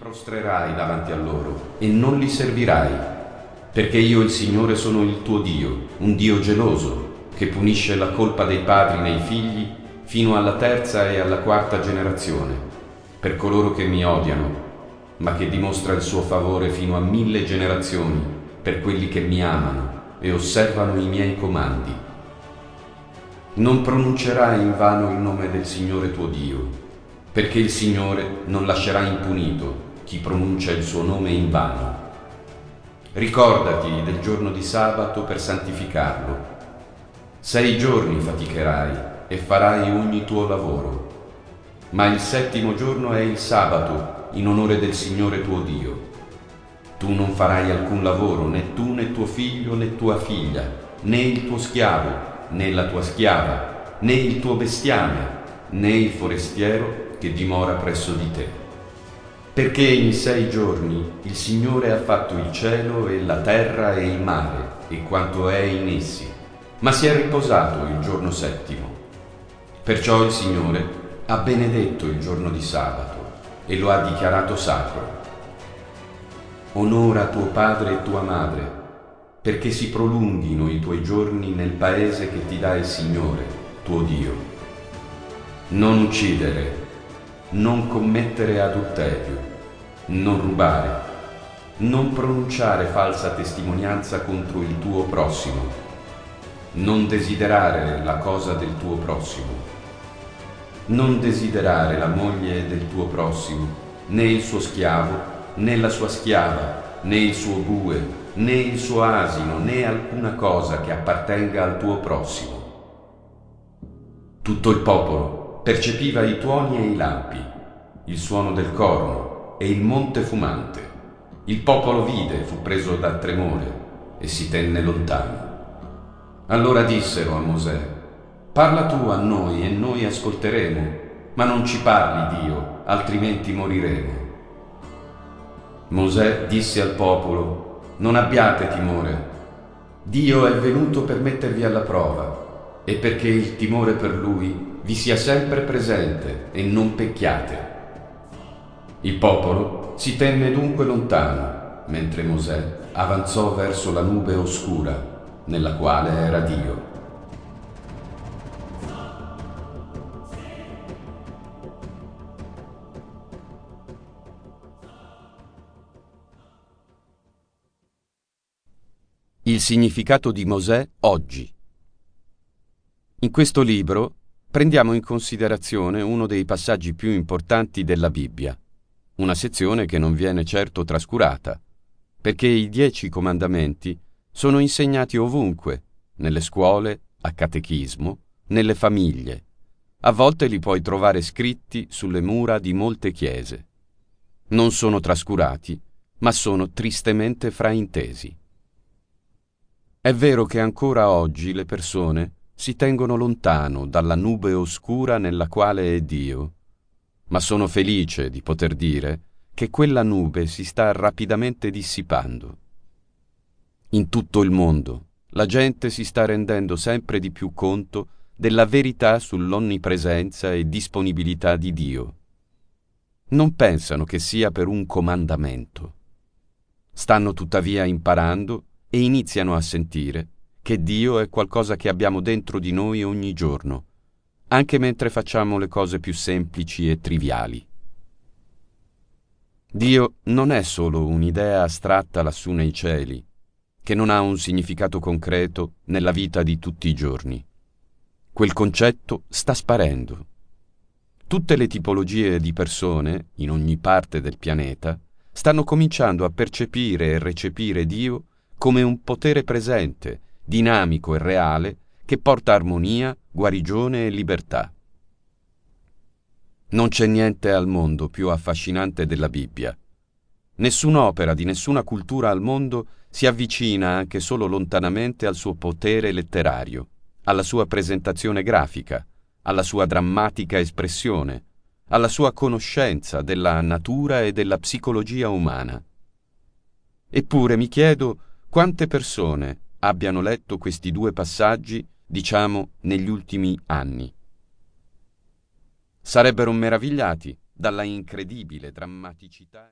prostrerai davanti a loro e non li servirai, perché io il Signore sono il tuo Dio, un Dio geloso, che punisce la colpa dei padri nei figli fino alla terza e alla quarta generazione, per coloro che mi odiano, ma che dimostra il suo favore fino a 1000 generazioni per quelli che mi amano e osservano i miei comandi. Non pronuncerai in vano il nome del Signore tuo Dio, perché il Signore non lascerà impunito chi pronuncia il suo nome in vano. Ricordati del giorno di sabato per santificarlo. 6 giorni faticherai e farai ogni tuo lavoro, ma il 7° giorno è il sabato in onore del Signore tuo Dio. Tu non farai alcun lavoro, né tu né tuo figlio né tua figlia, né il tuo schiavo, né la tua schiava, né il tuo bestiame, né il forestiero che dimora presso di te. Perché in 6 giorni il Signore ha fatto il cielo e la terra e il mare e quanto è in essi, ma si è riposato il giorno 7. Perciò il Signore ha benedetto il giorno di sabato e lo ha dichiarato sacro. Onora tuo padre e tua madre, perché si prolunghino i tuoi giorni nel paese che ti dà il Signore, tuo Dio. Non uccidere, non commettere adulterio, non rubare, non pronunciare falsa testimonianza contro il tuo prossimo, non desiderare la cosa del tuo prossimo, non desiderare la moglie del tuo prossimo, né il suo schiavo, né la sua schiava, né il suo bue, né il suo asino, né alcuna cosa che appartenga al tuo prossimo. Tutto il popolo percepiva i tuoni e i lampi, il suono del corno e il monte fumante. Il popolo vide e fu preso da tremore e si tenne lontano. Allora dissero a Mosè: parla tu a noi e noi ascolteremo, ma non ci parli, Dio, altrimenti moriremo. Mosè disse al popolo: non abbiate timore. Dio è venuto per mettervi alla prova e perché il timore per lui vi sia sempre presente e non pecchiate. Il popolo si tenne dunque lontano, mentre Mosè avanzò verso la nube oscura, nella quale era Dio. Il significato di Mosè oggi. In questo libro prendiamo in considerazione uno dei passaggi più importanti della Bibbia, una sezione che non viene certo trascurata, perché i 10 comandamenti sono insegnati ovunque, nelle scuole, a catechismo, nelle famiglie. A volte li puoi trovare scritti sulle mura di molte chiese. Non sono trascurati, ma sono tristemente fraintesi. È vero che ancora oggi le persone si tengono lontano dalla nube oscura nella quale è Dio, ma sono felice di poter dire che quella nube si sta rapidamente dissipando. In tutto il mondo la gente si sta rendendo sempre di più conto della verità sull'onnipresenza e disponibilità di Dio. Non pensano che sia per un comandamento. Stanno tuttavia imparando e iniziano a sentire che Dio è qualcosa che abbiamo dentro di noi ogni giorno, anche mentre facciamo le cose più semplici e triviali. Dio non è solo un'idea astratta lassù nei cieli, che non ha un significato concreto nella vita di tutti i giorni. Quel concetto sta sparendo. Tutte le tipologie di persone, in ogni parte del pianeta, stanno cominciando a percepire e recepire Dio come un potere presente, dinamico e reale, che porta armonia, guarigione e libertà. Non c'è niente al mondo più affascinante della Bibbia. Nessun'opera di nessuna cultura al mondo si avvicina anche solo lontanamente al suo potere letterario, alla sua presentazione grafica, alla sua drammatica espressione, alla sua conoscenza della natura e della psicologia umana. Eppure mi chiedo quante persone abbiano letto questi 2 passaggi, diciamo, negli ultimi anni. Sarebbero meravigliati dalla incredibile drammaticità.